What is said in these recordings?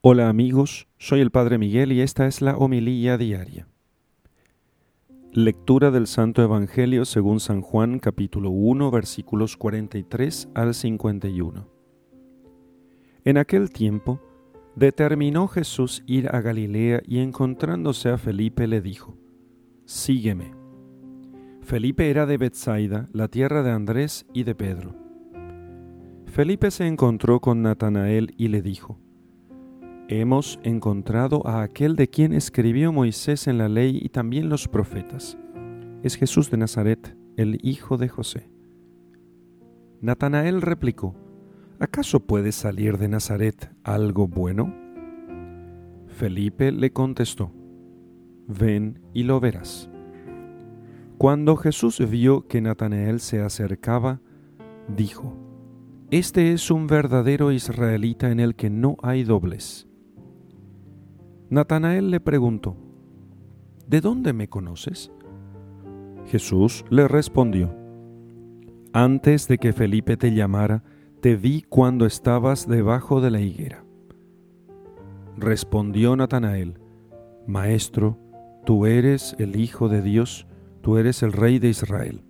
Hola amigos, soy el Padre Miguel y esta es la homilía diaria. Lectura del Santo Evangelio según San Juan, capítulo 1, versículos 43 al 51. En aquel tiempo, determinó Jesús ir a Galilea y encontrándose a Felipe le dijo: «Sígueme». Felipe era de Betsaida, la tierra de Andrés y de Pedro. Felipe se encontró con Natanael y le dijo: «Hemos encontrado a aquel de quien escribió Moisés en la ley y también los profetas. Es Jesús de Nazaret, el hijo de José». Natanael replicó: «¿Acaso puede salir de Nazaret algo bueno?». Felipe le contestó: «Ven y lo verás». Cuando Jesús vio que Natanael se acercaba, dijo: «Este es un verdadero israelita en el que no hay doblez». Natanael le preguntó: «¿De dónde me conoces?». Jesús le respondió: «Antes de que Felipe te llamara, te vi cuando estabas debajo de la higuera». Respondió Natanael: «Maestro, tú eres el Hijo de Dios, tú eres el Rey de Israel».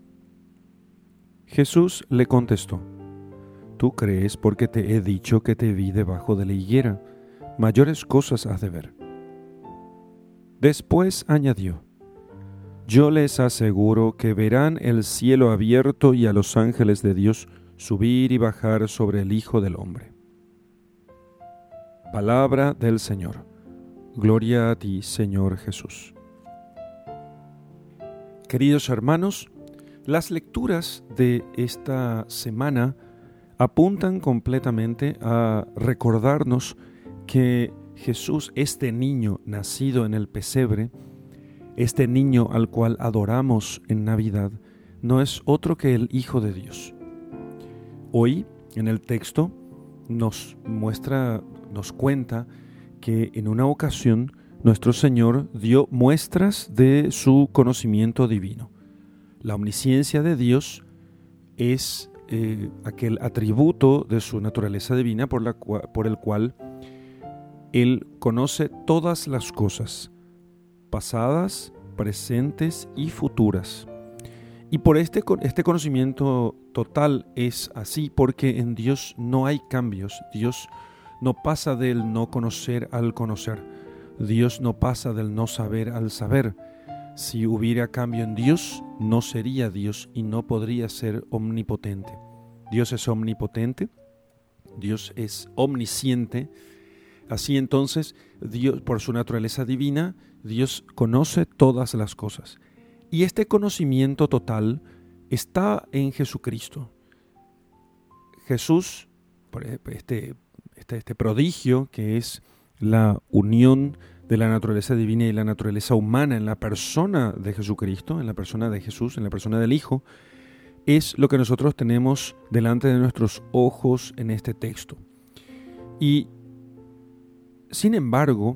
Jesús le contestó: «Tú crees porque te he dicho que te vi debajo de la higuera, mayores cosas has de ver». Después añadió: «Yo les aseguro que verán el cielo abierto y a los ángeles de Dios subir y bajar sobre el Hijo del Hombre». Palabra del Señor. Gloria a ti, Señor Jesús. Queridos hermanos, las lecturas de esta semana apuntan completamente a recordarnos que Jesús, este niño nacido en el pesebre, este niño al cual adoramos en Navidad, no es otro que el Hijo de Dios. Hoy, en el texto, nos cuenta que en una ocasión nuestro Señor dio muestras de su conocimiento divino. La omnisciencia de Dios es aquel atributo de su naturaleza divina por el cual Él conoce todas las cosas, pasadas, presentes y futuras. Y por este conocimiento total es así porque en Dios no hay cambios. Dios no pasa del no conocer al conocer. Dios no pasa del no saber al saber. Si hubiera cambio en Dios, no sería Dios y no podría ser omnipotente. Dios es omnipotente, Dios es omnisciente. Así entonces, Dios, por su naturaleza divina, Dios conoce todas las cosas. Y este conocimiento total está en Jesucristo. Jesús, este prodigio que es la unión de la naturaleza divina y la naturaleza humana en la persona de Jesucristo, en la persona de Jesús, en la persona del Hijo, es lo que nosotros tenemos delante de nuestros ojos en este texto. Y Sin embargo,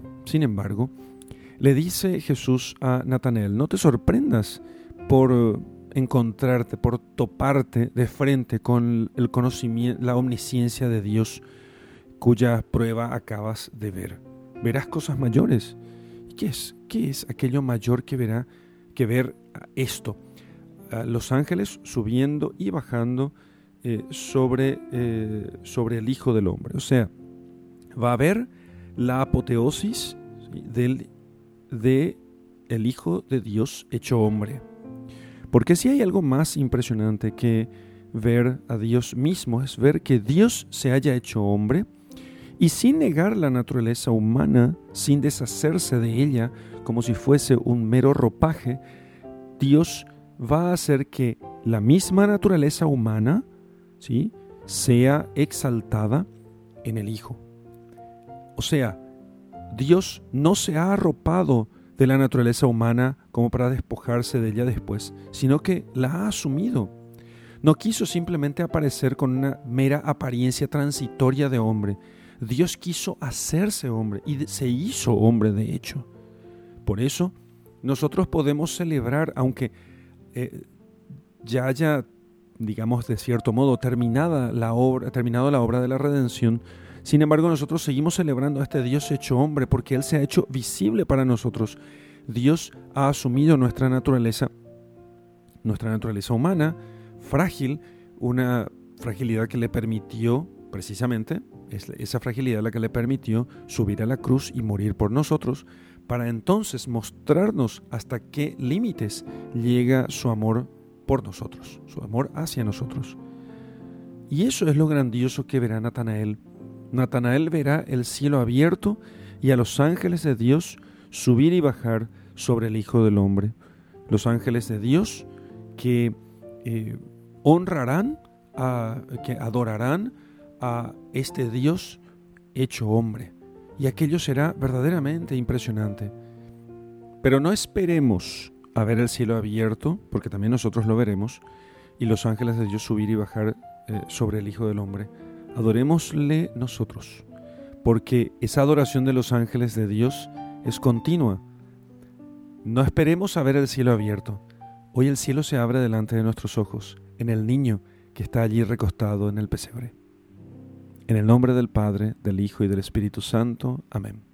le dice Jesús a Natanael: no te sorprendas por encontrarte, por toparte de frente con el conocimiento, la omnisciencia de Dios, cuya prueba acabas de ver. Verás cosas mayores. ¿Qué es aquello mayor que ver esto? Los ángeles subiendo y bajando sobre el Hijo del Hombre. O sea, va a haber la apoteosis del Hijo de Dios hecho hombre. Porque si hay algo más impresionante que ver a Dios mismo, es ver que Dios se haya hecho hombre y sin negar la naturaleza humana, sin deshacerse de ella como si fuese un mero ropaje, Dios va a hacer que la misma naturaleza humana, ¿sí?, sea exaltada en el Hijo. O sea, Dios no se ha arropado de la naturaleza humana como para despojarse de ella después, sino que la ha asumido. No quiso simplemente aparecer con una mera apariencia transitoria de hombre. Dios quiso hacerse hombre y se hizo hombre de hecho. Por eso, nosotros podemos celebrar, aunque ya haya, digamos de cierto modo, terminado la obra de la redención, Sin embargo, nosotros seguimos celebrando a este Dios hecho hombre porque Él se ha hecho visible para nosotros. Dios ha asumido nuestra naturaleza humana, frágil, una fragilidad que le permitió, precisamente, esa fragilidad la que le permitió subir a la cruz y morir por nosotros, para entonces mostrarnos hasta qué límites llega su amor por nosotros, su amor hacia nosotros. Y eso es lo grandioso que verá Natanael. Natanael verá el cielo abierto y a los ángeles de Dios subir y bajar sobre el Hijo del Hombre. Los ángeles de Dios que honrarán, que adorarán a este Dios hecho hombre. Y aquello será verdaderamente impresionante. Pero no esperemos a ver el cielo abierto, porque también nosotros lo veremos, y los ángeles de Dios subir y bajar sobre el Hijo del Hombre. Adorémosle nosotros, porque esa adoración de los ángeles de Dios es continua. No esperemos a ver el cielo abierto. Hoy el cielo se abre delante de nuestros ojos, en el niño que está allí recostado en el pesebre. En el nombre del Padre, del Hijo y del Espíritu Santo. Amén.